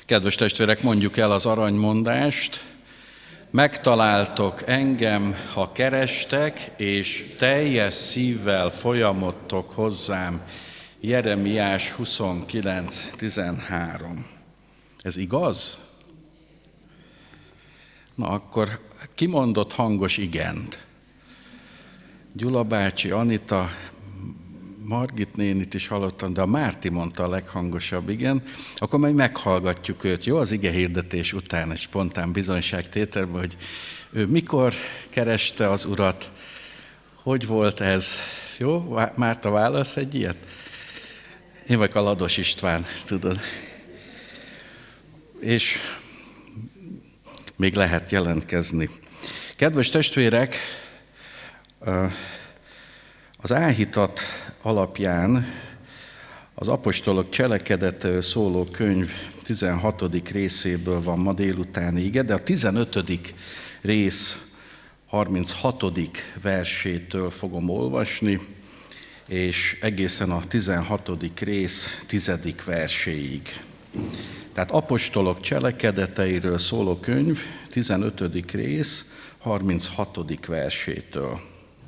Kedves testvérek, mondjuk el az aranymondást. Megtaláltok engem, ha kerestek, és teljes szívvel folyamodtok hozzám. Jeremiás 29:13. Ez igaz? Na akkor kimondott hangos igent? Gyula bácsi, Anita, Margit nénit is hallottam, de a Márti mondta a leghangosabb igen, akkor majd meghallgatjuk őt, jó? Az igehirdetés után egy spontán bizonyságtételben, hogy ő mikor kereste az Urat, hogy volt ez, jó? Márta válasz egy ilyet? Én vagyok a Lados István, tudod. És még lehet jelentkezni. Kedves testvérek, az áhítat alapján az apostolok cselekedetről szóló könyv 16. részéből van ma délutáni ige, de a 15. rész 36. versétől fogom olvasni, és egészen a 16. rész 10. verséig. Tehát apostolok cselekedeteiről szóló könyv 15. rész 36. versétől.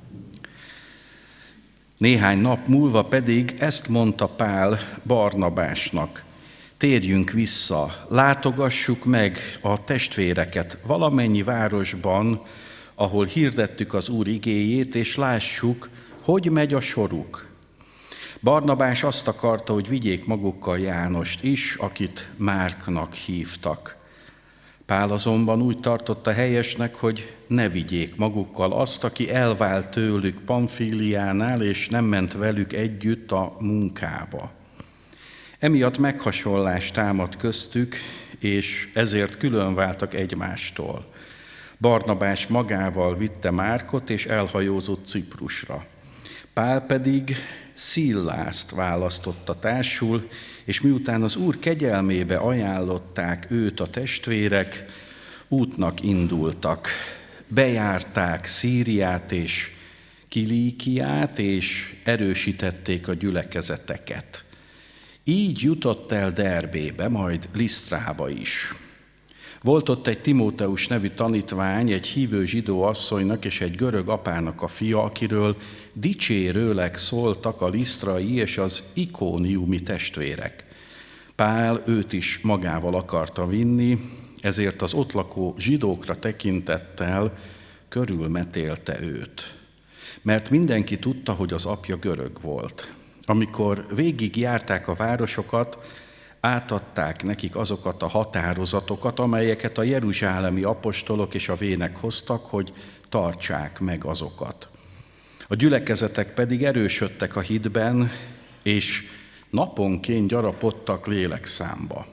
Néhány nap múlva pedig ezt mondta Pál Barnabásnak: térjünk vissza, látogassuk meg a testvéreket valamennyi városban, ahol hirdettük az Úr igéjét, és lássuk, hogy megy a soruk. Barnabás azt akarta, hogy vigyék magukkal Jánost is, akit Márknak hívtak. Pál azonban úgy tartotta helyesnek, hogy ne vigyék magukkal azt, aki elvált tőlük Pamfíliánál, és nem ment velük együtt a munkába. Emiatt meghasonlás támadt köztük, és ezért különváltak egymástól. Barnabás magával vitte Márkot, és elhajózott Ciprusra. Pál pedig Szillászt választotta társul, és miután az Úr kegyelmébe ajánlották őt a testvérek, útnak indultak. Bejárták Szíriát és Kilíkiát, és erősítették a gyülekezeteket. Így jutott el Derbébe, majd Lisztrába is. Volt ott egy Timóteus nevű tanítvány, egy hívő zsidó asszonynak és egy görög apának a fia, akiről dicsérőleg szóltak a lisztrai és az ikóniumi testvérek. Pál őt is magával akarta vinni, ezért az ott lakó zsidókra tekintettel körülmetélte őt. Mert mindenki tudta, hogy az apja görög volt. Amikor végig járták a városokat, átadták nekik azokat a határozatokat, amelyeket a jeruzsálemi apostolok és a vének hoztak, hogy tartsák meg azokat. A gyülekezetek pedig erősödtek a hitben, és naponként gyarapodtak lélekszámba.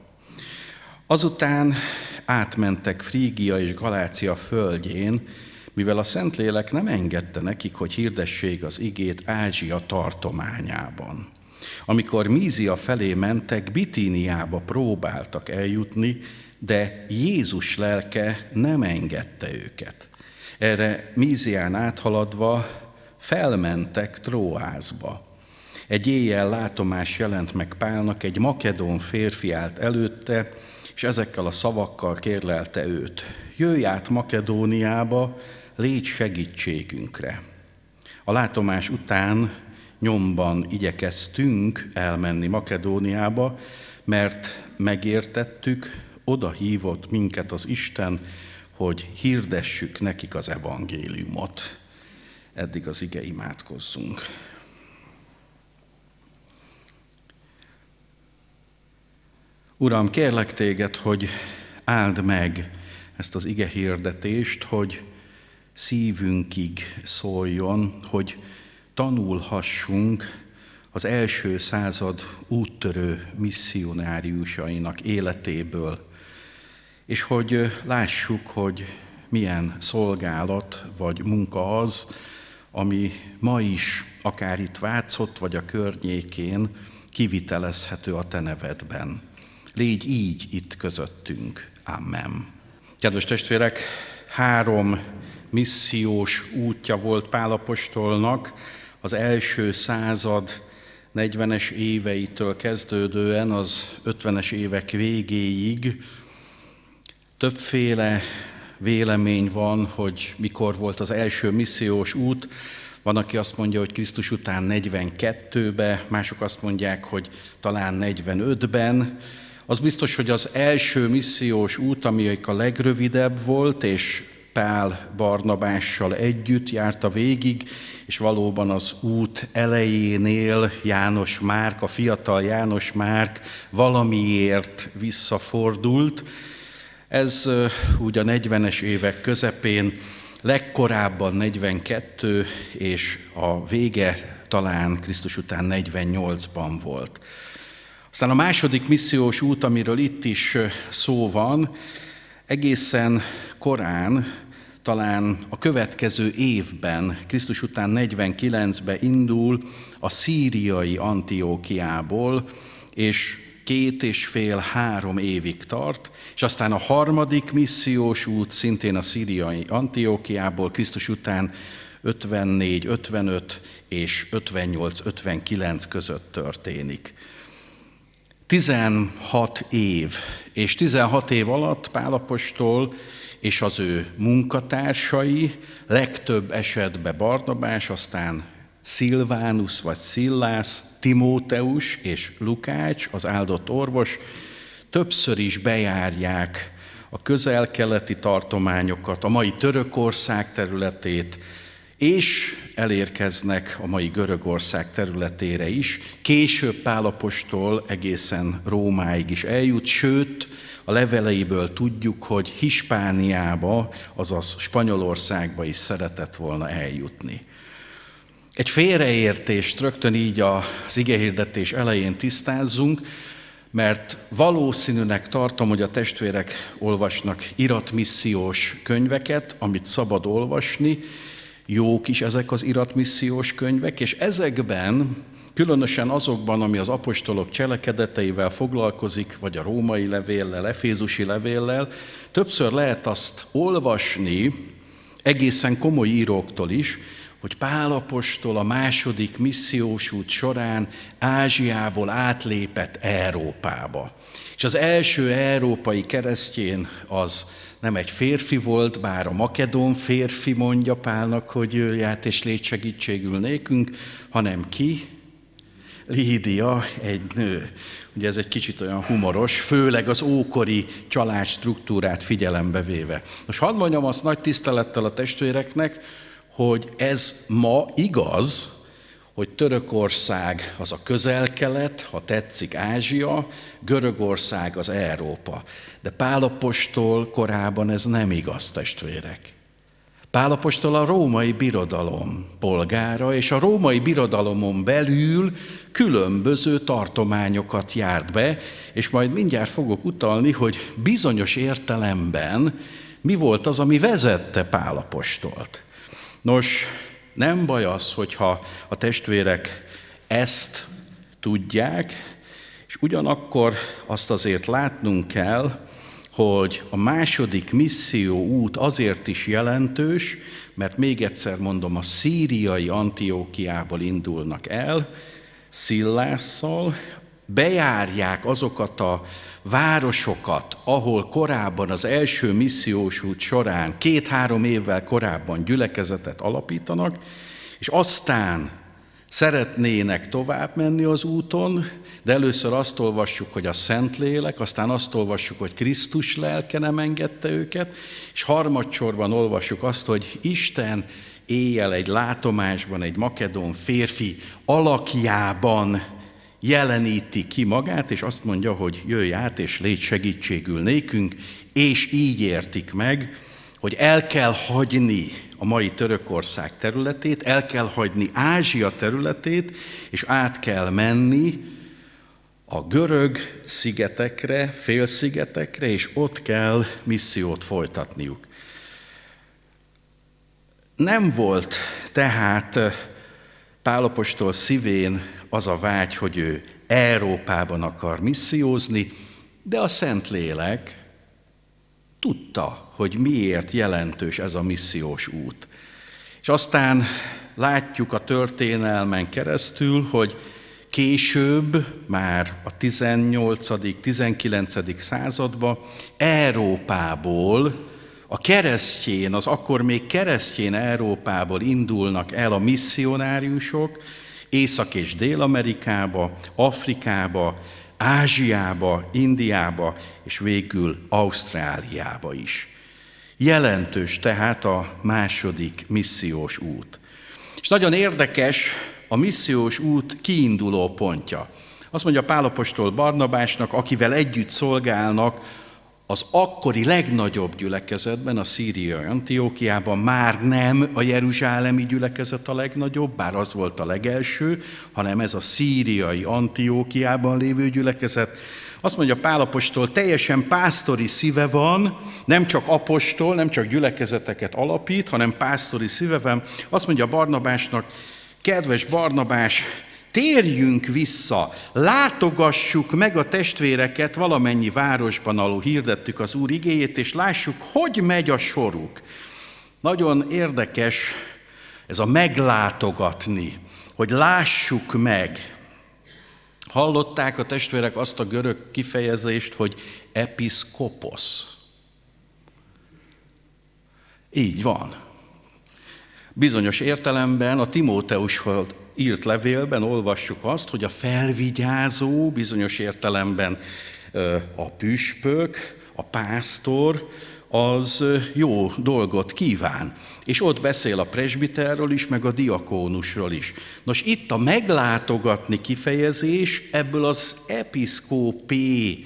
Azután átmentek Frígia és Galácia földjén, mivel a Szentlélek nem engedte nekik, hogy hirdessék az igét Ázsia tartományában. Amikor Mízia felé mentek, Bitíniába próbáltak eljutni, de Jézus lelke nem engedte őket. Erre Mízián áthaladva felmentek Tróázba. Egy éjjel látomás jelent meg Pálnak, egy makedón férfi állt előtte, és ezekkel a szavakkal kérlelte őt: jöjj át Makedóniába, légy segítségünkre. A látomás után nyomban igyekeztünk elmenni Makedóniába, mert megértettük, oda hívott minket az Isten, hogy hirdessük nekik az evangéliumot. Eddig az ige, imádkozzunk. Uram, kérlek téged, hogy áld meg ezt az ige hirdetést, hogy szívünkig szóljon, hogy tanulhassunk az első század úttörő misszionáriusainak életéből, és hogy lássuk, hogy milyen szolgálat vagy munka az, ami ma is, akár itt Vácott vagy a környékén kivitelezhető a te nevedben. Légy így itt közöttünk. Amen. Kedves testvérek, 3 missziós útja volt Pál apostolnak az első század 40-es éveitől kezdődően az 50-es évek végéig többféle vélemény van, hogy mikor volt az első missziós út. Van, aki azt mondja, hogy Krisztus után 42-ben, mások azt mondják, hogy talán 45-ben. Az biztos, hogy az első missziós út, ami a legrövidebb volt, és Pál Barnabással együtt járta végig, és valóban az út elejénél János Márk, a fiatal János Márk valamiért visszafordult. Ez úgy a 40-es évek közepén, legkorábban 42, és a vége talán Krisztus után 48-ban volt. Aztán a második missziós út, amiről itt is szó van, egészen korán, talán a következő évben, Krisztus után 49-ben indul a szíriai Antiókiából, és 2,5-3 évig tart, és aztán a harmadik missziós út szintén a szíriai Antiókiából Krisztus után 54, 55 és 58, 59 között történik. 16 év, és 16 év alatt Pál apostol és az ő munkatársai, legtöbb esetben Barnabás, aztán Szilvánus vagy Szillász, Timóteus és Lukács, az áldott orvos, többször is bejárják a közel-keleti tartományokat, a mai Törökország területét, és elérkeznek a mai Görögország területére is. Később Pál apostol egészen Rómáig is eljut, sőt, a leveleiből tudjuk, hogy Hispániába, azaz Spanyolországba is szeretett volna eljutni. Egy félreértést rögtön így az igehirdetés elején tisztázzunk, mert valószínűnek tartom, hogy a testvérek olvasnak iratmissziós könyveket, amit szabad olvasni, jók is ezek az iratmissziós könyvek, és ezekben, különösen azokban, ami az apostolok cselekedeteivel foglalkozik, vagy a római levéllel, efézusi levéllel, többször lehet azt olvasni, egészen komoly íróktól is, hogy Pál apostol a második missziós út során Ázsiából átlépett Európába. És az első európai keresztjén az nem egy férfi volt, bár a makedón férfi mondja Pálnak, hogy jöjját és légy segítségül nékünk, hanem ki? Lídia, egy nő. Ugye ez egy kicsit olyan humoros, főleg az ókori családstruktúrát figyelembe véve. Most hadd mondjam azt nagy tisztelettel a testvéreknek, hogy ez ma igaz, hogy Törökország az a közel-kelet, ha tetszik Ázsia, Görögország az Európa. De Pál apostol korában ez nem igaz, testvérek. Pál apostol a római birodalom polgára, és a római birodalomon belül különböző tartományokat járt be, és majd mindjárt fogok utalni, hogy bizonyos értelemben mi volt az, ami vezette Pál apostolt. Nos, nem baj az, hogyha a testvérek ezt tudják, és ugyanakkor azt azért látnunk kell, hogy a második misszió út azért is jelentős, mert még egyszer mondom, a szíriai Antiókiából indulnak el, Szillásszal, bejárják azokat a városokat, ahol korábban az első missziós út során 2-3 évvel korábban gyülekezetet alapítanak, és aztán szeretnének tovább menni az úton, de először azt olvassuk, hogy a Szentlélek, aztán azt olvassuk, hogy Krisztus lelke nem engedte őket, és harmadsorban olvassuk azt, hogy Isten éjjel egy látomásban egy makedón férfi alakjában jeleníti ki magát, és azt mondja, hogy jöjj át, és légy segítségül nékünk, és így értik meg, hogy el kell hagyni a mai Törökország területét, el kell hagyni Ázsia területét, és át kell menni a görög szigetekre, félszigetekre, és ott kell missziót folytatniuk. Nem volt tehát Pál apostol szívén az a vágy, hogy ő Európában akar missziózni, de a Szentlélek tudta, hogy miért jelentős ez a missziós út. És aztán látjuk a történelmen keresztül, hogy később, már a 18.-19. században Európából, az akkor még keresztény Európából indulnak el a misszionáriusok Észak- és Dél-Amerikába, Afrikába, Ázsiába, Indiába, és végül Ausztráliába is. Jelentős tehát a második missziós út. És nagyon érdekes a missziós út kiinduló pontja. Azt mondja Pál apostol Barnabásnak, akivel együtt szolgálnak az akkori legnagyobb gyülekezetben, a szíriai Antiókiában, már nem a jeruzsálemi gyülekezet a legnagyobb, bár az volt a legelső, hanem ez a szíriai Antiókiában lévő gyülekezet. Azt mondja Pál apostol, teljesen pásztori szíve van, nem csak apostol, nem csak gyülekezeteket alapít, hanem pásztori szíve van. Azt mondja Barnabásnak, kedves Barnabás, térjünk vissza, látogassuk meg a testvéreket, valamennyi városban, ahol hirdettük az Úr igéjét, és lássuk, hogy megy a soruk. Nagyon érdekes ez a meglátogatni, hogy lássuk meg. Hallották a testvérek azt a görög kifejezést, hogy episzkoposz. Így van. Bizonyos értelemben a Timóteushoz írt levélben olvassuk azt, hogy a felvigyázó, bizonyos értelemben a püspök, a pásztor, az jó dolgot kíván. És ott beszél a presbiterről is, meg a diakónusról is. Nos, itt a meglátogatni kifejezés ebből az episzkópé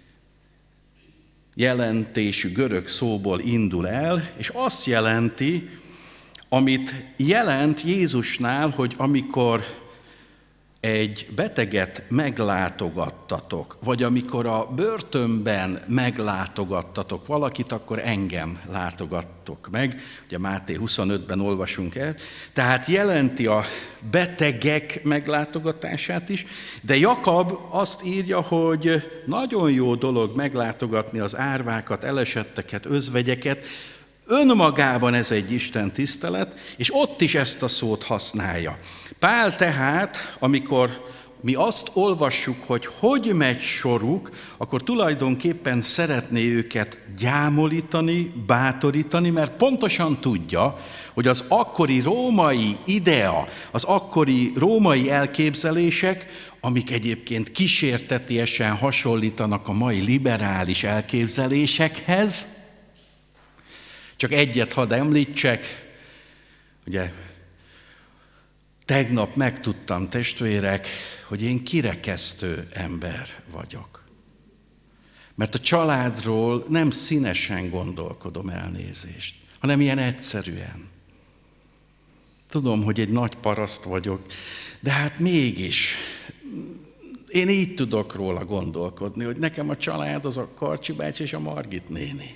jelentésű görög szóból indul el, és azt jelenti, amit jelent Jézusnál, hogy amikor egy beteget meglátogattatok, vagy amikor a börtönben meglátogattatok valakit, akkor engem látogattok meg. Ugye Máté 25-ben olvasunk el. Tehát jelenti a betegek meglátogatását is, de Jakab azt írja, hogy nagyon jó dolog meglátogatni az árvákat, elesetteket, özvegyeket. Önmagában ez egy Isten tisztelet, és ott is ezt a szót használja. Pál tehát, amikor mi azt olvassuk, hogy megy soruk, akkor tulajdonképpen szeretné őket gyámolítani, bátorítani, mert pontosan tudja, hogy az akkori római idea, az akkori római elképzelések, amik egyébként kísértetiesen hasonlítanak a mai liberális elképzelésekhez. Csak egyet hadd említsek, ugye tegnap megtudtam, testvérek, hogy én kirekesztő ember vagyok. Mert a családról nem színesen gondolkodom, elnézést, hanem ilyen egyszerűen. Tudom, hogy egy nagy paraszt vagyok, de hát mégis én így tudok róla gondolkodni, hogy nekem a család az a Karcsi bácsi és a Margit néni.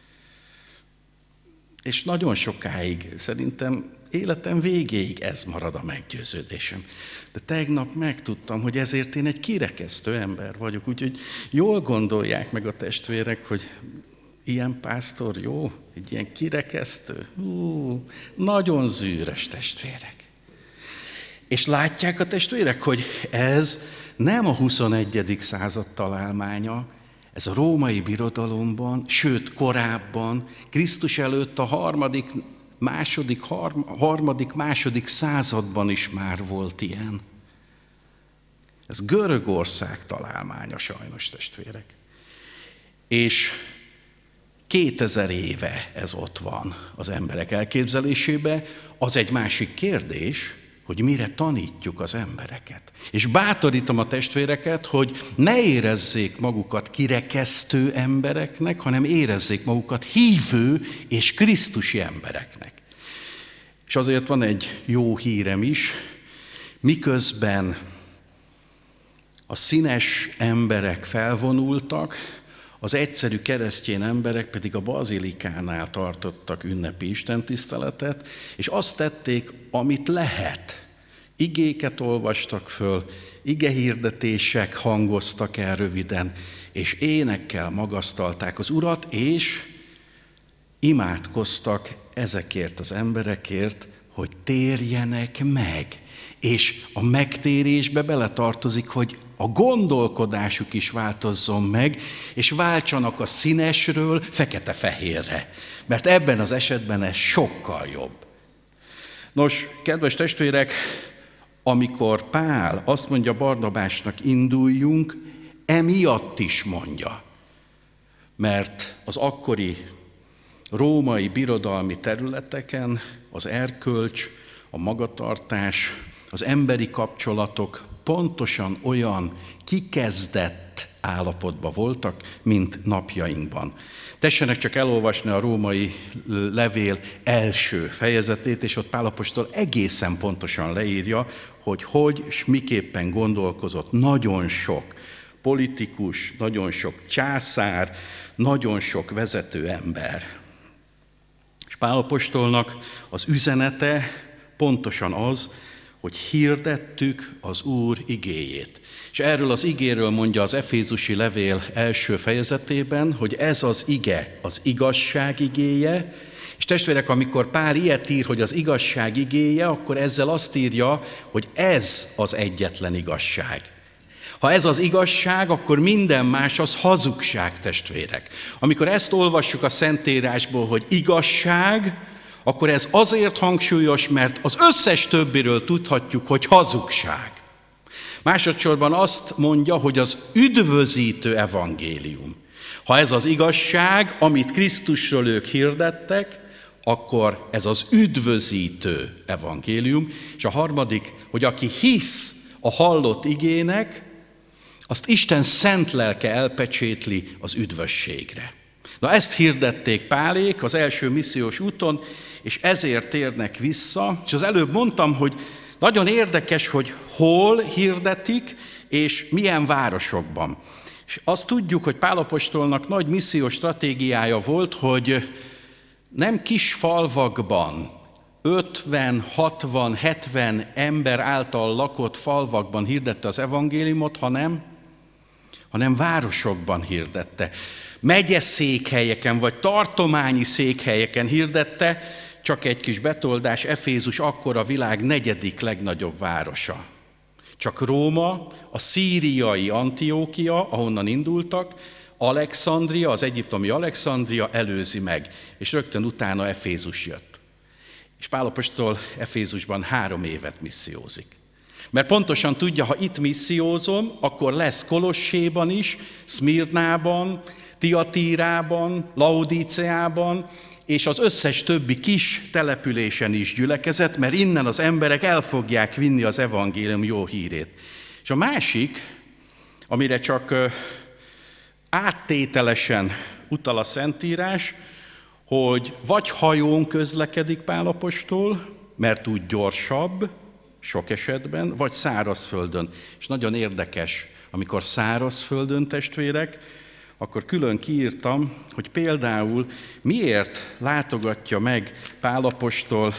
És nagyon sokáig, szerintem életem végéig ez marad a meggyőződésem. De tegnap megtudtam, hogy ezért én egy kirekesztő ember vagyok, úgyhogy jól gondolják meg a testvérek, hogy ilyen pásztor jó, egy ilyen kirekesztő, nagyon zűrös testvérek. És látják a testvérek, hogy ez nem a 21. század találmánya, ez a római birodalomban, sőt korábban, Krisztus előtt a harmadik, második században is már volt ilyen. Ez Görögország találmánya sajnos, testvérek. És 2000 éve ez ott van az emberek elképzelésében. Az egy másik kérdés, hogy mire tanítjuk az embereket. És bátorítom a testvéreket, hogy ne érezzék magukat kirekesztő embereknek, hanem érezzék magukat hívő és krisztusi embereknek. És azért van egy jó hírem is, miközben a színes emberek felvonultak, az egyszerű keresztény emberek pedig a bazilikánál tartottak ünnepi istentiszteletet, és azt tették, amit lehet. Igéket olvastak föl, igehirdetések hangoztak el röviden, és énekkel magasztalták az Urat, és imádkoztak ezekért az emberekért, hogy térjenek meg, És a megtérésbe beletartozik, hogy a gondolkodásuk is változzon meg, és váltsanak a színesről fekete-fehérre. Mert ebben az esetben ez sokkal jobb. Nos, kedves testvérek, amikor Pál azt mondja Barnabásnak, induljunk, emiatt is mondja. Mert az akkori római birodalmi területeken az erkölcs, a magatartás, az emberi kapcsolatok pontosan olyan kikezdett állapotban voltak, mint napjainkban. Tessenek csak elolvasni a római levél első fejezetét, és ott Pál apostol egészen pontosan leírja, hogy és miképpen gondolkozott nagyon sok politikus, nagyon sok császár, nagyon sok vezető ember. És Pál apostolnak az üzenete pontosan az, hogy hirdettük az Úr igéjét. És erről az igéről mondja az Efézusi levél első fejezetében, hogy ez az ige, az igazság igéje, és testvérek, amikor Pál ilyet ír, hogy az igazság igéje, akkor ezzel azt írja, hogy ez az egyetlen igazság. Ha ez az igazság, akkor minden más az hazugság, testvérek. Amikor ezt olvassuk a Szentírásból, hogy igazság, akkor ez azért hangsúlyos, mert az összes többiről tudhatjuk, hogy hazugság. Másodszorban azt mondja, hogy az üdvözítő evangélium. Ha ez az igazság, amit Krisztusról ők hirdettek, akkor ez az üdvözítő evangélium. És a harmadik, hogy aki hisz a hallott igének, azt Isten szent lelke elpecsétli az üdvösségre. Na ezt hirdették Pálék az első missziós úton, és ezért térnek vissza. És az előbb mondtam, hogy nagyon érdekes, hogy hol hirdetik, és milyen városokban. És azt tudjuk, hogy Pál apostolnak nagy missziós stratégiája volt, hogy nem kis falvakban, 50, 60, 70 ember által lakott falvakban hirdette az evangéliumot, hanem városokban hirdette. Megyeszékhelyeken vagy tartományi székhelyeken hirdette, csak egy kis betoldás, Efézus akkor a világ 4. legnagyobb városa. Csak Róma, a szíriai Antiókia, ahonnan indultak, Alexandria, az egyiptomi Alexandria előzi meg, és rögtön utána Efézus jött. És Pál apostol Efézusban 3 évet missziózik. Mert pontosan tudja, ha itt missziózom, akkor lesz Kolosséban is, Szmirnában, Tiatírában, Laodíceában, és az összes többi kis településen is gyülekezet, mert innen az emberek el fogják vinni az evangélium jó hírét. És a másik, amire csak áttételesen utal a Szentírás, hogy vagy hajón közlekedik Pál apostol, mert úgy gyorsabb, sok esetben, vagy szárazföldön. És nagyon érdekes, amikor szárazföldön, testvérek, akkor külön kiírtam, hogy például miért látogatja meg Pál apostol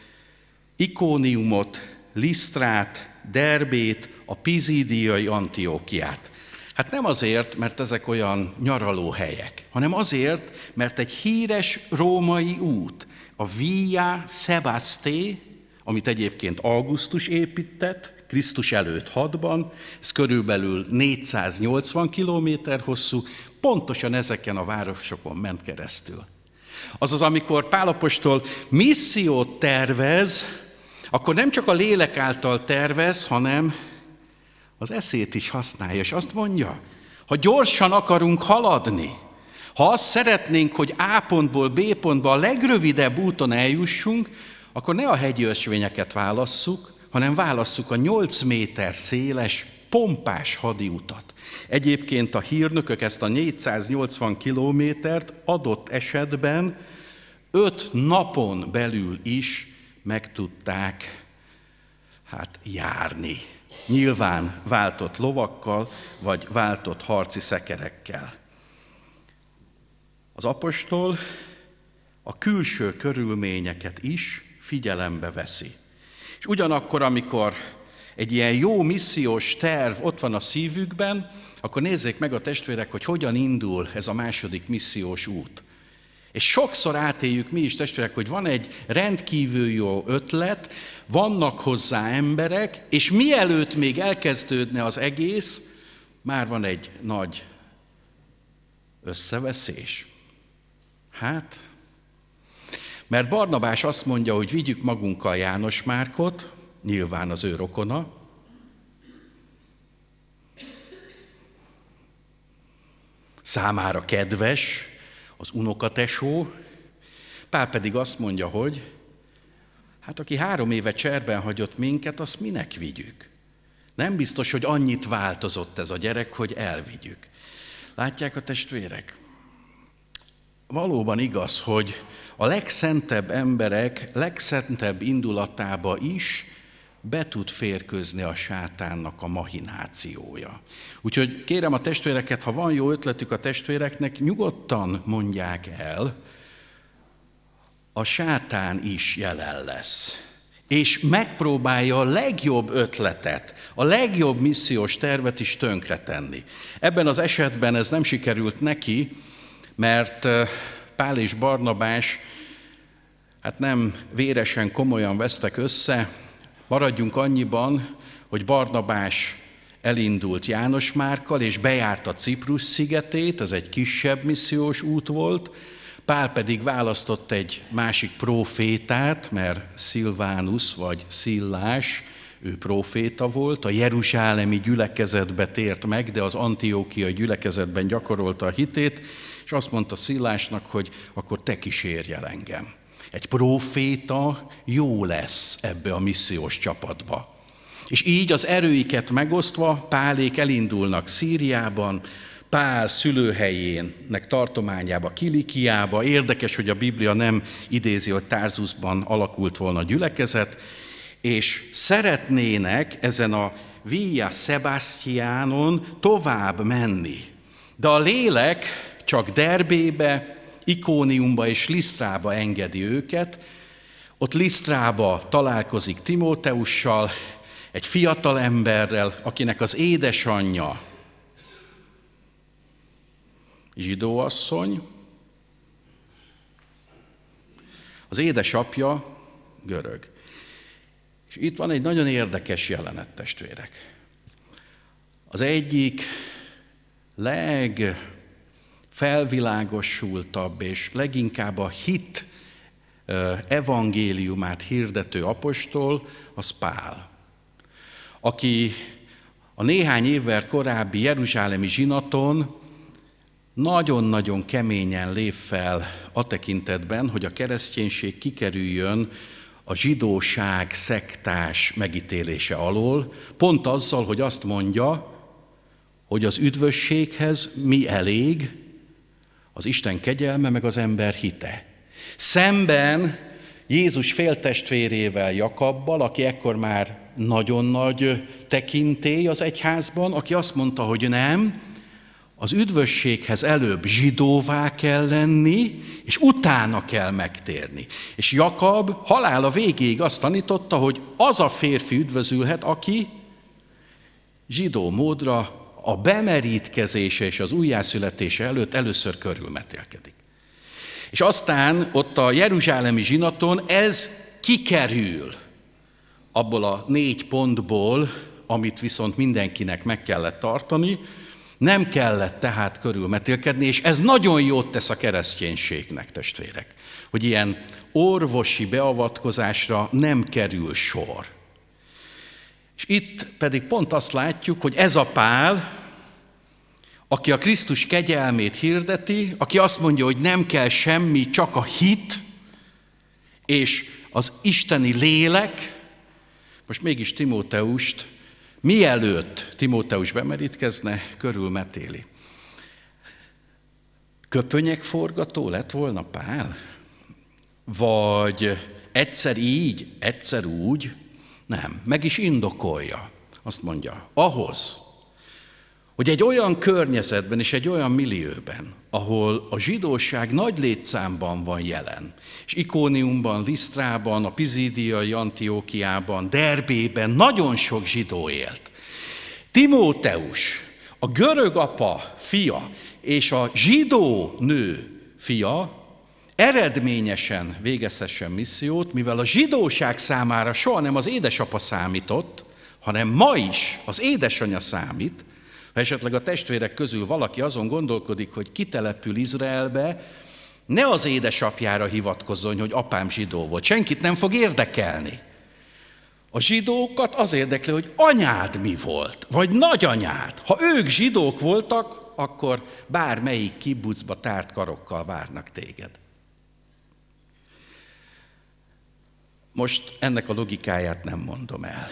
Ikóniumot, Lisztrát, Derbét, a Pizídiai Antiókiát. Hát nem azért, mert ezek olyan nyaralóhelyek, hanem azért, mert egy híres római út, a Via Sebaste, amit egyébként Augustus épített, Krisztus előtt 6-ban, ez körülbelül 480 kilométer hosszú, pontosan ezeken a városokon ment keresztül. Azaz, amikor Pál apostol missziót tervez, akkor nem csak a lélek által tervez, hanem az eszét is használja, és azt mondja, ha gyorsan akarunk haladni, ha azt szeretnénk, hogy A pontból B pontba a legrövidebb úton eljussunk, akkor ne a hegyi ösvényeket válasszuk, hanem válasszuk a 8 méter széles, pompás hadiutat. Egyébként a hírnökök ezt a 480 kilométert adott esetben 5 napon belül is meg tudták járni. Nyilván váltott lovakkal, vagy váltott harci szekerekkel. Az apostol a külső körülményeket is figyelembe veszi. És ugyanakkor, amikor egy ilyen jó missziós terv ott van a szívükben, akkor nézzék meg a testvérek, hogy hogyan indul ez a második missziós út. És sokszor átéljük mi is, testvérek, hogy van egy rendkívül jó ötlet, vannak hozzá emberek, és mielőtt még elkezdődne az egész, már van egy nagy összeveszés. Hát, mert Barnabás azt mondja, hogy vigyük magunkkal János Márkot, nyilván az ő rokona, számára kedves, az unokatesó, Pál pedig azt mondja, hogy hát aki 3 éve cserben hagyott minket, azt minek vigyük? Nem biztos, hogy annyit változott ez a gyerek, hogy elvigyük. Látják a testvérek? Valóban igaz, hogy a legszentebb emberek legszentebb indulatába is be tud férkőzni a sátánnak a mahinációja. Úgyhogy kérem a testvéreket, ha van jó ötletük a testvéreknek, nyugodtan mondják el, a sátán is jelen lesz. És megpróbálja a legjobb ötletet, a legjobb missziós tervet is tönkretenni. Ebben az esetben ez nem sikerült neki, mert Pál és Barnabás hát nem véresen komolyan vesztek össze. Maradjunk annyiban, hogy Barnabás elindult János Márkkal, és bejárta Ciprus szigetét, ez egy kisebb missziós út volt, Pál pedig választott egy másik prófétát, mert Szilvánus vagy Szillás, ő próféta volt, a jeruzsálemi gyülekezetbe tért meg, de az antiókiai gyülekezetben gyakorolta a hitét, és azt mondta Szillásnak, hogy akkor te kísérj el engem. Egy próféta jó lesz ebbe a missziós csapatba. És így az erőiket megosztva Pálék elindulnak Szíriában, Pál szülőhelyének tartományába, Kilikiába. Érdekes, hogy a Biblia nem idézi, hogy Tarsusban alakult volna a gyülekezet, és szeretnének ezen a Via Sebastianon tovább menni. De a lélek csak Derbébe, Ikóniumba és Lisztrába engedi őket. Ott Lisztrába találkozik Timóteussal, egy fiatal emberrel, akinek az édesanyja zsidóasszony, az édesapja görög. És itt van egy nagyon érdekes jelenet, testvérek. Az egyik legfelvilágosultabb és leginkább a hit evangéliumát hirdető apostol, az Pál, aki a néhány évvel korábbi jeruzsálemi zsinaton nagyon-nagyon keményen lép fel a tekintetben, hogy a kereszténység kikerüljön a zsidóság szektás megítélése alól, pont azzal, hogy azt mondja, hogy az üdvösséghez mi elég, az Isten kegyelme meg az ember hite. Szemben Jézus féltestvérével, Jakabbal, aki ekkor már nagyon nagy tekintély az egyházban, aki azt mondta, hogy nem, az üdvösséghez előbb zsidóvá kell lenni, és utána kell megtérni. És Jakab halála végéig azt tanította, hogy az a férfi üdvözülhet, aki zsidó módra a bemerítkezése és az újjászületése előtt először körülmetélkedik. És aztán ott a jeruzsálemi zsinaton ez kikerül abból a 4 pontból, amit viszont mindenkinek meg kellett tartani, nem kellett tehát körülmetélkedni, és ez nagyon jót tesz a kereszténységnek, testvérek, hogy ilyen orvosi beavatkozásra nem kerül sor. És itt pedig pont azt látjuk, hogy ez a Pál, aki a Krisztus kegyelmét hirdeti, aki azt mondja, hogy nem kell semmi, csak a hit és az isteni lélek, most mégis Timóteust, mielőtt Timóteus bemerítkezne, körülmetéli. Köpönyegforgató lett volna Pál? Vagy egyszer így, egyszer úgy? Nem, meg is indokolja. Azt mondja, ahhoz, hogy egy olyan környezetben és egy olyan millióben, ahol a zsidóság nagy létszámban van jelen, és Ikóniumban, Lisztrában, a Pizídiai Antiókiában, Derbében nagyon sok zsidó élt. Timóteus, a görög apa fia és a zsidó nő fia eredményesen végezhessen missziót, mivel a zsidóság számára soha nem az édesapa számított, hanem ma is az édesanyja számít. Ha esetleg a testvérek közül valaki azon gondolkodik, hogy kitelepül Izraelbe, ne az édesapjára hivatkozzon, hogy apám zsidó volt. Senkit nem fog érdekelni. A zsidókat az érdekli, hogy anyád mi volt, vagy nagyanyád. Ha ők zsidók voltak, akkor bármelyik kibucba tárt karokkal várnak téged. Most ennek a logikáját nem mondom el.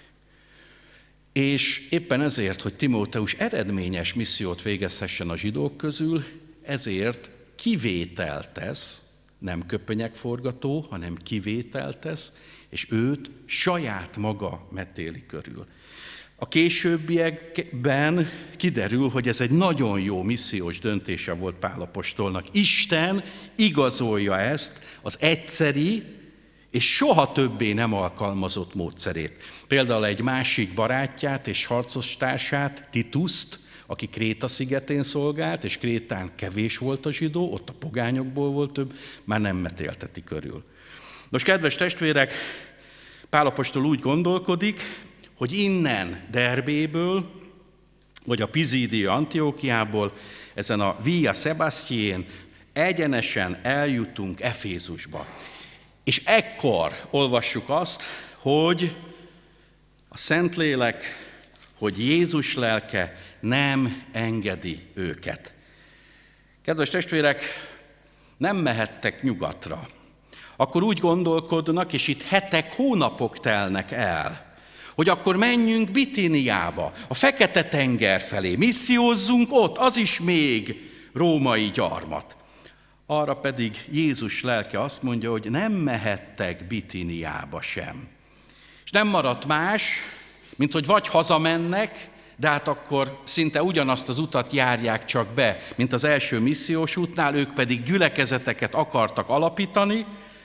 És éppen ezért, hogy Timóteus eredményes missziót végezhessen a zsidók közül, ezért kivételt tesz, nem köpenyegforgató, hanem kivételt tesz, és őt saját maga metéli körül. A későbbiekben kiderül, hogy ez egy nagyon jó missziós döntése volt Pál apostolnak. Isten igazolja ezt az egyszeri és soha többé nem alkalmazott módszerét. Például egy másik barátját és harcostársát, Tituszt, aki Kréta szigetén szolgált, és Krétán kevés volt a zsidó, ott a pogányokból volt több, már nem metélteti körül. Nos, kedves testvérek, Pál apostol úgy gondolkodik, hogy innen Derbéből, vagy a Pizídia Antiókiából, ezen a Via Sebastién egyenesen eljutunk Efézusba. És ekkor olvassuk azt, hogy a Szentlélek, hogy Jézus lelke nem engedi őket. Kedves testvérek, nem mehettek nyugatra. Akkor úgy gondolkodnak, és itt hetek, hónapok telnek el, hogy akkor menjünk Bitiniába, a Fekete-tenger felé, missziózzunk ott, az is még római gyarmat. Arra pedig Jézus lelke azt mondja, hogy nem mehettek Bitiniába sem. És nem maradt más, mint hogy vagy hazamennek, de hát akkor szinte ugyanazt az utat járják csak be, mint az első missziós útnál, ők pedig gyülekezeteket akartak alapítani,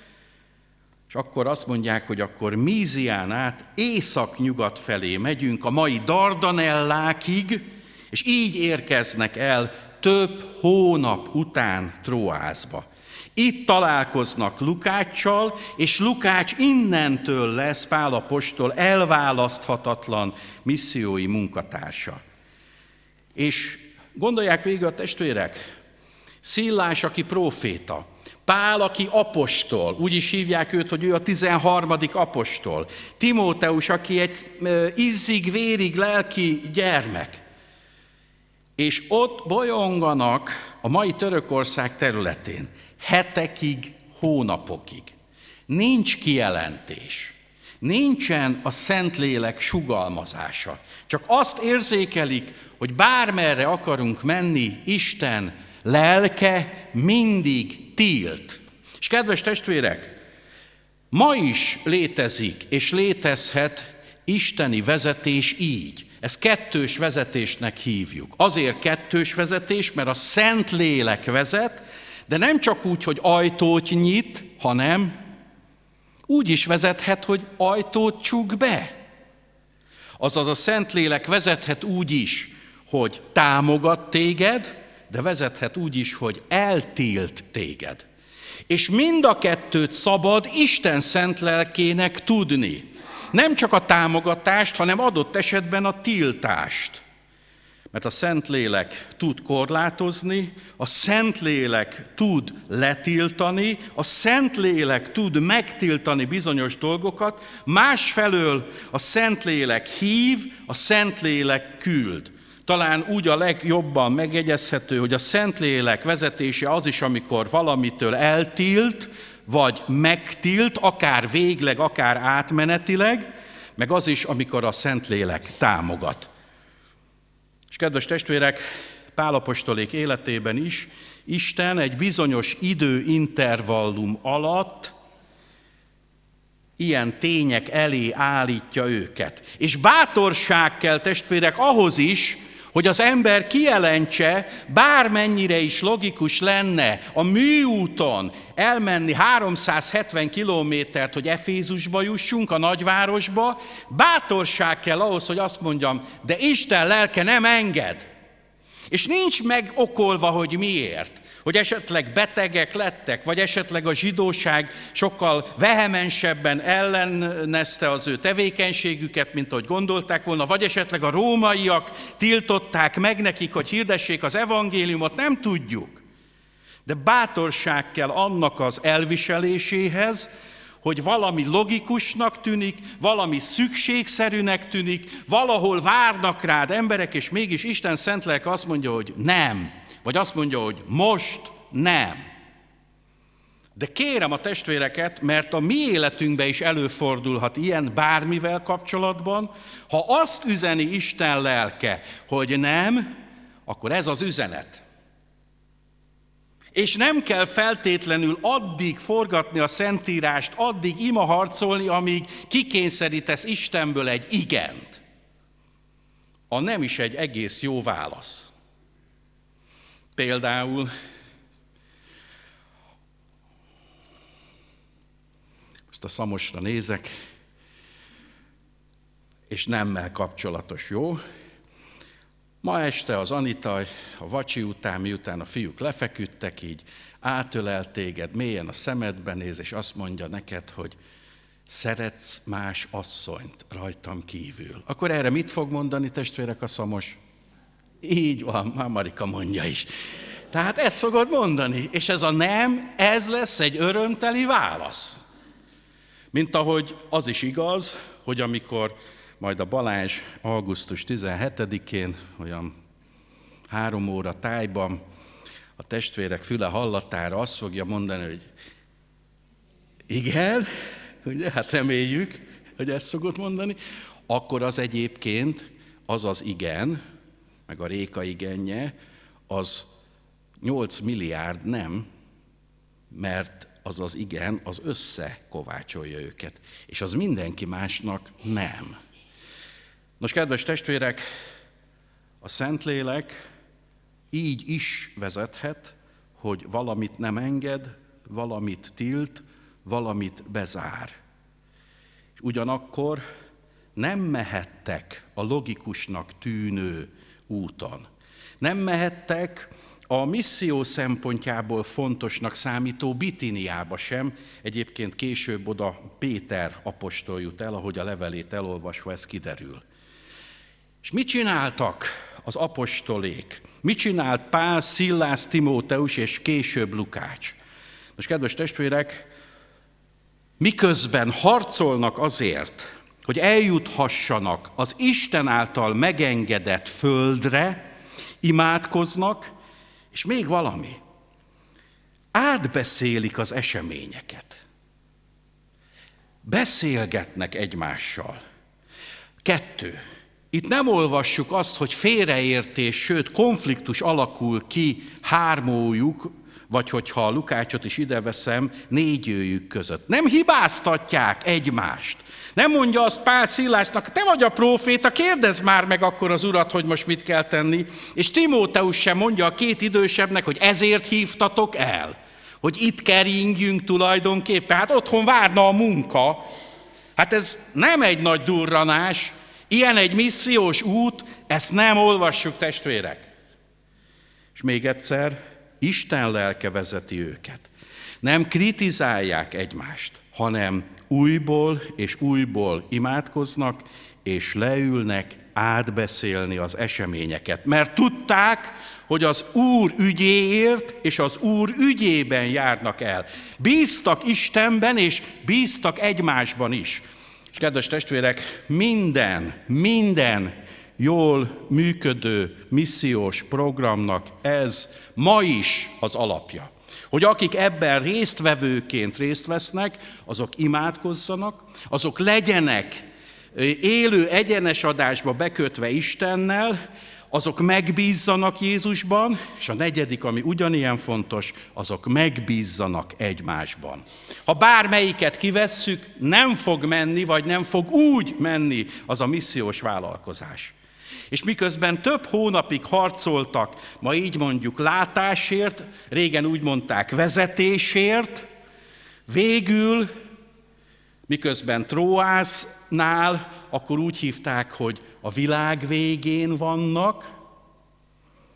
és akkor azt mondják, hogy akkor Mízián át észak-nyugat felé megyünk a mai Dardanellákig, és így érkeznek el több hónap után Tróászba. Itt találkoznak Lukáccsal, és Lukács innentől lesz Pál apostol elválaszthatatlan missziói munkatársa. És gondolják végig a testvérek, Szillás, aki próféta, Pál, aki apostol, úgy is hívják őt, hogy ő a 13. apostol, Timóteus, aki egy izzig-vérig lelki gyermek, és ott bolyonganak a mai Törökország területén, hetekig, hónapokig. Nincs kijelentés, nincsen a Szentlélek sugalmazása. Csak azt érzékelik, hogy bármerre akarunk menni, Isten lelke mindig tilt. És kedves testvérek, ma is létezik és létezhet isteni vezetés így. Ezt kettős vezetésnek hívjuk. Azért kettős vezetés, mert a Szentlélek vezet, de nem csak úgy, hogy ajtót nyit, hanem úgy is vezethet, hogy ajtót csuk be. Azaz a Szentlélek vezethet úgy is, hogy támogat téged, de vezethet úgy is, hogy eltilt téged. És mind a kettőt szabad Isten szent lelkének tudni. Nem csak a támogatást, hanem adott esetben a tiltást. Mert a Szentlélek tud korlátozni, a Szentlélek tud letiltani, a Szentlélek tud megtiltani bizonyos dolgokat, másfelől a Szentlélek hív, a Szentlélek küld. Talán úgy a legjobban megjegyezhető, hogy a Szentlélek vezetése az is, amikor valamitől eltilt, vagy megtilt, akár végleg, akár átmenetileg, meg az is, amikor a Szentlélek támogat. És kedves testvérek, Pál apostolék életében is Isten egy bizonyos időintervallum alatt ilyen tények elé állítja őket. És bátorság kell, testvérek, ahhoz is, hogy az ember kijelentse, bármennyire is logikus lenne a műúton elmenni 370 kilométert, hogy Efézusba jussunk, a nagyvárosba, bátorság kell ahhoz, hogy azt mondjam, de Isten lelke nem enged. És nincs megokolva, hogy miért. Hogy esetleg betegek lettek, vagy esetleg a zsidóság sokkal vehemensebben ellenezte az ő tevékenységüket, mint ahogy gondolták volna, vagy esetleg a rómaiak tiltották meg nekik, hogy hirdessék az evangéliumot, nem tudjuk. De bátorság kell annak az elviseléséhez, hogy valami logikusnak tűnik, valami szükségszerűnek tűnik, valahol várnak rád emberek, és mégis Isten szent lelke azt mondja, hogy nem. Vagy azt mondja, hogy most nem. De kérem a testvéreket, mert a mi életünkben is előfordulhat ilyen bármivel kapcsolatban, ha azt üzeni Isten lelke, hogy nem, akkor ez az üzenet. És nem kell feltétlenül addig forgatni a Szentírást, addig imaharcolni, amíg kikényszerítesz Istenből egy igent. A nem is egy egész jó válasz. Például most a Szamosra nézek, és nemmel kapcsolatos, jó? Ma este az Anita a vacsi után, miután a fiúk lefeküdtek, így átölel téged, mélyen a szemedbe néz, és azt mondja neked, hogy szeretsz más asszonyt rajtam kívül. Akkor erre mit fog mondani, testvérek, a Szamos? Így van, már Marika mondja is. Tehát ezt szokod mondani, és ez a nem, ez lesz egy örömteli válasz. Mint ahogy az is igaz, hogy amikor majd a Balázs augusztus 17-én, olyan 3 óra tájban a testvérek füle hallatára azt fogja mondani, hogy igen, ugye, hát reméljük, hogy ezt szokott mondani, akkor az egyébként, az az igen, meg a Réka igenje, az 8 milliárd nem, mert az az igen, az összekovácsolja őket, és az mindenki másnak nem. Nos, kedves testvérek, a Szentlélek így is vezethet, hogy valamit nem enged, valamit tilt, valamit bezár. És ugyanakkor nem mehettek a logikusnak tűnő úton. Nem mehettek a misszió szempontjából fontosnak számító Bitiniába sem, egyébként később oda Péter apostol jut el, ahogy a levelét elolvasva ez kiderül. És mit csináltak az apostolék? Mit csinált Pál, Szilász, Timóteus és később Lukács? Most, kedves testvérek, miközben harcolnak azért, hogy eljuthassanak az Isten által megengedett földre, imádkoznak, és még valami, átbeszélik az eseményeket. Beszélgetnek egymással. 2. Itt nem olvassuk azt, hogy félreértés, sőt konfliktus alakul ki 3-ójuk, vagy hogyha a Lukácsot is ide veszem, 4-őjük között. Nem hibáztatják egymást. Nem mondja azt Pál Szilásnak, te vagy a próféta, kérdezd már meg akkor az Urat, hogy most mit kell tenni. És Timóteus sem mondja a 2 idősebbnek, hogy ezért hívtatok el. Hogy itt keringjünk tulajdonképpen. Hát otthon várna a munka. Hát ez nem egy nagy durranás. Ilyen egy missziós út, ezt nem olvassuk, testvérek. És még egyszer, Isten lelke vezeti őket. Nem kritizálják egymást, hanem újból és újból imádkoznak, és leülnek átbeszélni az eseményeket. Mert tudták, hogy az Úr ügyéért és az Úr ügyében járnak el. Bíztak Istenben, és bíztak egymásban is. És kedves testvérek, minden jól működő missziós programnak ez ma is az alapja. Hogy akik ebben résztvevőként részt vesznek, azok imádkozzanak, azok legyenek élő egyenes adásba bekötve Istennel, azok megbízzanak Jézusban, és a 4., ami ugyanilyen fontos, azok megbízzanak egymásban. Ha bármelyiket kivesszük, nem fog menni, vagy nem fog úgy menni az a missziós vállalkozás. És miközben több hónapig harcoltak, ma így mondjuk látásért, régen úgy mondták vezetésért, végül, miközben Tróásznál, akkor úgy hívták, hogy a világ végén vannak,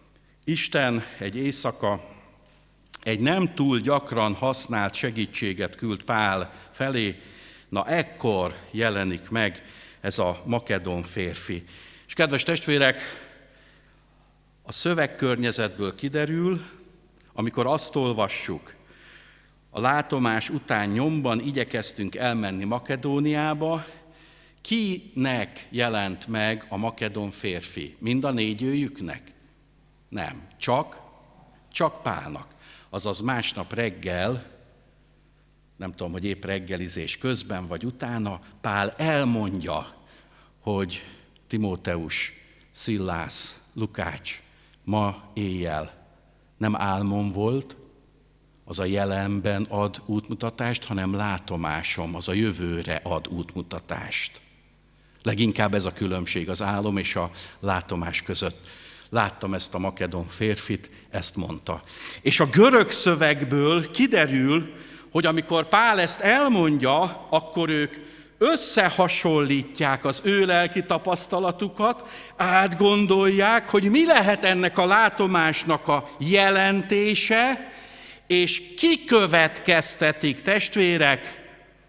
Isten egy éjszaka egy nem túl gyakran használt segítséget küld Pál felé, na ekkor jelenik meg ez a makedón férfi. És kedves testvérek, a szövegkörnyezetből kiderül, amikor azt olvassuk, a látomás után nyomban igyekeztünk elmenni Makedóniába, kinek jelent meg a makedón férfi? Mind a négyőjüknek? Nem, csak Pálnak. Azaz másnap reggel, nem tudom, hogy épp reggelizés közben vagy utána, Pál elmondja, hogy Timóteus, Szilász, Lukács, ma éjjel nem álmom volt, az a jelenben ad útmutatást, hanem látomásom, az a jövőre ad útmutatást. Leginkább ez a különbség az álom és a látomás között. Láttam ezt a makedón férfit, ezt mondta. És a görög szövegből kiderül, hogy amikor Pál ezt elmondja, akkor ők összehasonlítják az ő lelki tapasztalatukat, átgondolják, hogy mi lehet ennek a látomásnak a jelentése, és kikövetkeztetik, testvérek,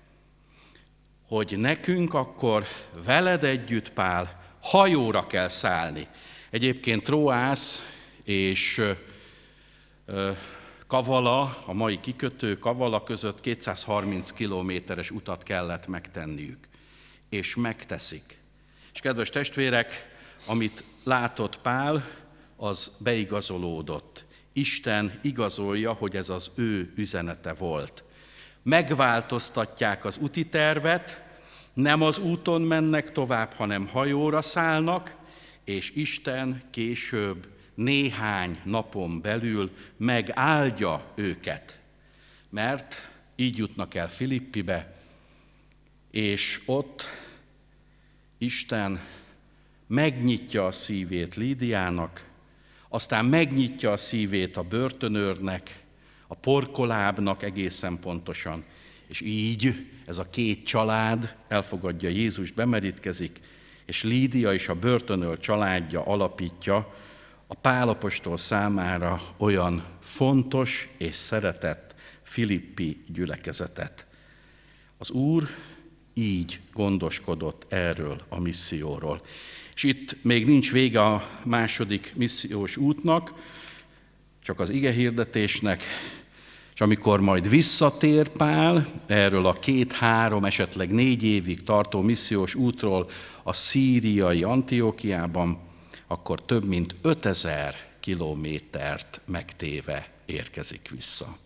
hogy nekünk akkor veled együtt, Pál, hajóra kell szállni. Egyébként Tróász és Kavala, a mai kikötő Kavala között 230 kilométeres utat kellett megtenniük. És megteszik. És kedves testvérek, amit látott Pál, az beigazolódott. Isten igazolja, hogy ez az ő üzenete volt. Megváltoztatják az úti tervet, nem az úton mennek tovább, hanem hajóra szállnak, és Isten később néhány napon belül megáldja őket, mert így jutnak el Filippibe, és ott Isten megnyitja a szívét Lídiának, aztán megnyitja a szívét a börtönőrnek, a porkolábnak egészen pontosan, és így ez a két család elfogadja Jézust, bemerítkezik, és Lídia és a börtönőr családja alapítja a Pál apostol számára olyan fontos és szeretett filippi gyülekezetet. Az Úr így gondoskodott erről a misszióról. És itt még nincs vége a második missziós útnak, csak az igehirdetésnek, és amikor majd visszatér Pál erről a 2-3, esetleg 4 évig tartó missziós útról a szíriai Antiókiában, akkor több mint 5000 kilométert megtéve érkezik vissza.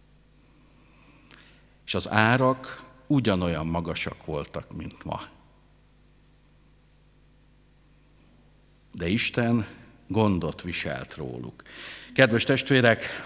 És az árak ugyanolyan magasak voltak, mint ma. De Isten gondot viselt róluk. Kedves testvérek,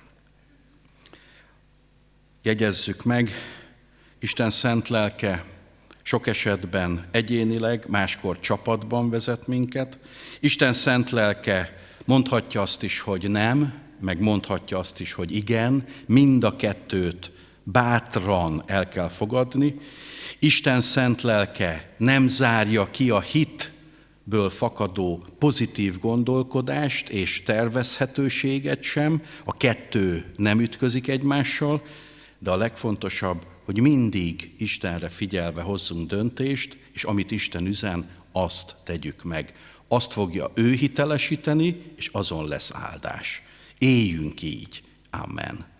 jegyezzük meg, Isten szent lelke sok esetben egyénileg, máskor csapatban vezet minket. Isten szent lelke mondhatja azt is, hogy nem, meg mondhatja azt is, hogy igen, mind a kettőt bátran el kell fogadni. Isten szent lelke nem zárja ki a hitből fakadó pozitív gondolkodást és tervezhetőséget sem, a kettő nem ütközik egymással, de a legfontosabb, hogy mindig Istenre figyelve hozzunk döntést, és amit Isten üzen, azt tegyük meg. Azt fogja ő hitelesíteni, és azon lesz áldás. Éljünk így. Amen.